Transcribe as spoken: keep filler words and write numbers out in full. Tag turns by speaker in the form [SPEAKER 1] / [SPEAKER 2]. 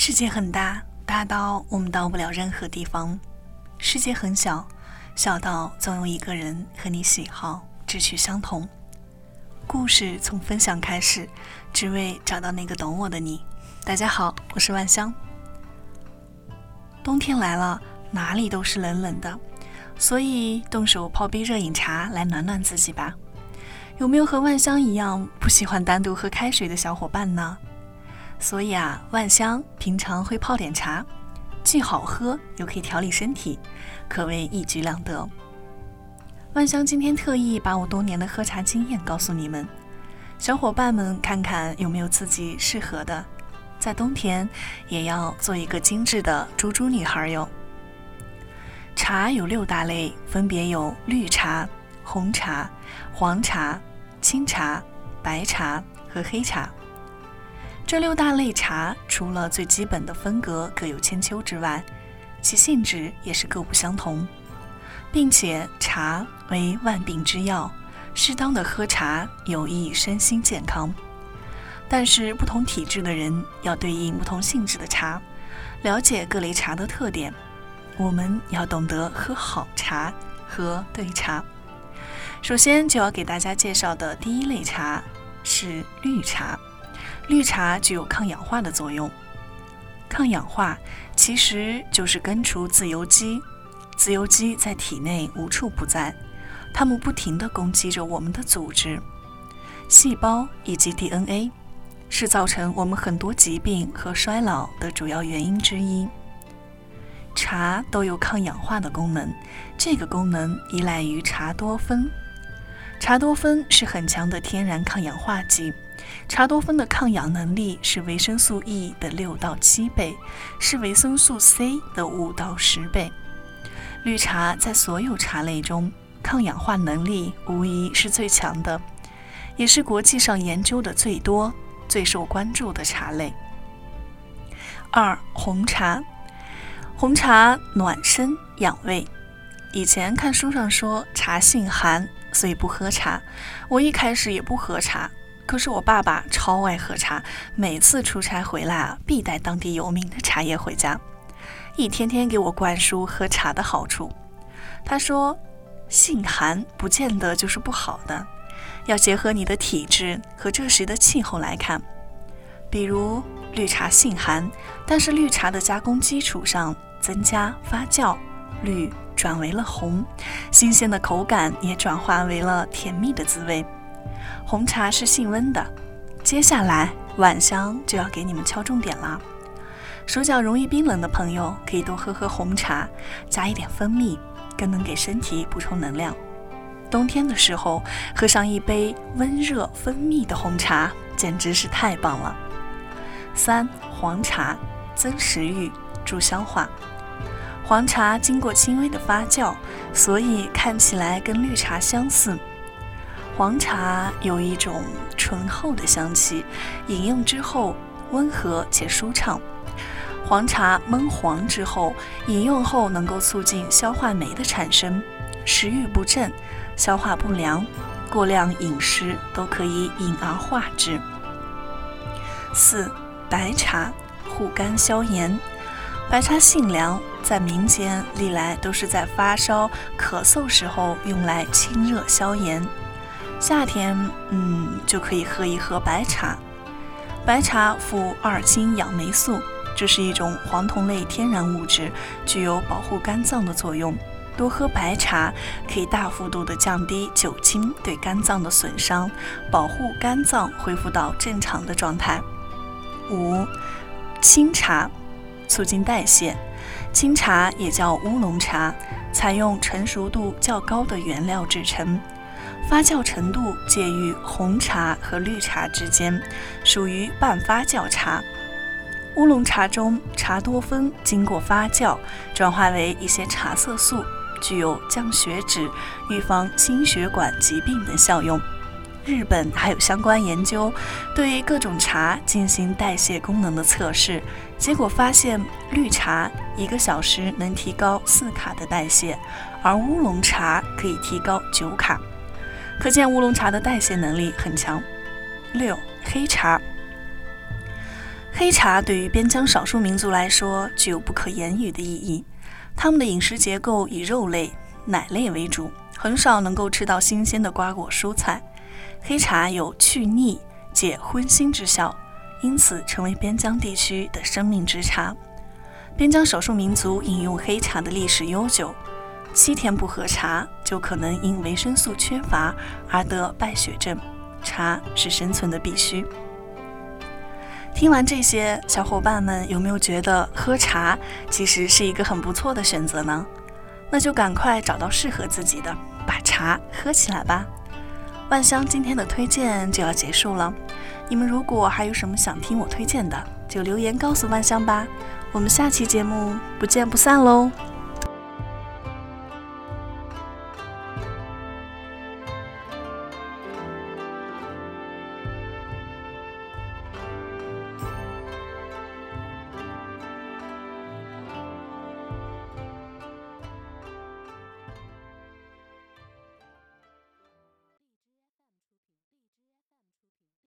[SPEAKER 1] 世界很大，大到我们到不了任何地方；世界很小，小到总有一个人和你喜好、志趣相同。故事从分享开始，只为找到那个懂我的你。大家好，我是万香。冬天来了，哪里都是冷冷的，所以动手泡杯热饮茶来暖暖自己吧。有没有和万香一样不喜欢单独喝开水的小伙伴呢？所以啊，万香平常会泡点茶，既好喝又可以调理身体，可谓一举两得。万香今天特意把我多年的喝茶经验告诉你们，小伙伴们看看有没有自己适合的，在冬天也要做一个精致的猪猪女孩哟。茶有六大类，分别有绿茶、红茶、黄茶、青茶、白茶和黑茶。这六大类茶除了最基本的风格各有千秋之外，其性质也是各不相同，并且茶为万病之药，适当的喝茶有益身心健康。但是不同体质的人要对应不同性质的茶，了解各类茶的特点，我们要懂得喝好茶和对茶。首先就要给大家介绍的第一类茶是绿茶。绿茶具有抗氧化的作用。抗氧化其实就是根除自由基，自由基在体内无处不在，它们不停地攻击着我们的组织、细胞以及 D N A， 是造成我们很多疾病和衰老的主要原因之一。茶都有抗氧化的功能，这个功能依赖于茶多酚。茶多酚是很强的天然抗氧化剂，茶多酚的抗氧能力是维生素 E 的六到七倍，是维生素 C 的五到十倍。绿茶在所有茶类中，抗氧化能力无疑是最强的，也是国际上研究的最多、最受关注的茶类。二、红茶。红茶暖身养胃。以前看书上说茶性寒，所以不喝茶。我一开始也不喝茶，可是我爸爸超爱喝茶，每次出差回来啊，必带当地有名的茶叶回家，一天天给我灌输喝茶的好处。他说，性寒不见得就是不好的，要结合你的体质和这时的气候来看。比如绿茶性寒，但是绿茶的加工基础上增加发酵，绿转为了红，新鲜的口感也转化为了甜蜜的滋味。红茶是性温的，接下来晚香就要给你们敲重点啦。手脚容易冰冷的朋友可以多喝喝红茶，加一点蜂蜜，更能给身体补充能量。冬天的时候喝上一杯温热蜂蜜的红茶，简直是太棒了。三、黄茶增食欲，助消化。黄茶经过轻微的发酵，所以看起来跟绿茶相似。黄茶有一种醇厚的香气，饮用之后温和且舒畅。黄茶焖黄之后，饮用后能够促进消化酶的产生，食欲不振、消化不良、过量饮食都可以引而化之。四、白茶护肝消炎。白茶性凉，在民间历来都是在发烧、咳嗽时候用来清热消炎。夏天，嗯，就可以喝一喝白茶。白茶富二氢氧霉素，这是一种黄酮类天然物质，具有保护肝脏的作用。多喝白茶可以大幅度的降低酒精对肝脏的损伤，保护肝脏恢复到正常的状态。五、清茶促进代谢。清茶也叫乌龙茶，采用成熟度较高的原料制成，发酵程度介于红茶和绿茶之间，属于半发酵茶。乌龙茶中茶多酚经过发酵，转化为一些茶色素，具有降血脂、预防心血管疾病等效用。日本还有相关研究，对各种茶进行代谢功能的测试，结果发现绿茶一个小时能提高四卡的代谢，而乌龙茶可以提高九卡，可见乌龙茶的代谢能力很强。六、黑茶。 黑茶对于边疆少数民族来说具有不可言喻的意义，他们的饮食结构以肉类、奶类为主，很少能够吃到新鲜的瓜果蔬菜。黑茶有去腻、解荤腥之效，因此成为边疆地区的生命之茶。边疆少数民族饮用黑茶的历史悠久，七天不喝茶就可能因维生素缺乏而得败血症，茶是生存的必须。听完这些，小伙伴们有没有觉得喝茶其实是一个很不错的选择呢？那就赶快找到适合自己的，把茶喝起来吧。万香今天的推荐就要结束了，你们如果还有什么想听我推荐的，就留言告诉万香吧。我们下期节目不见不散喽！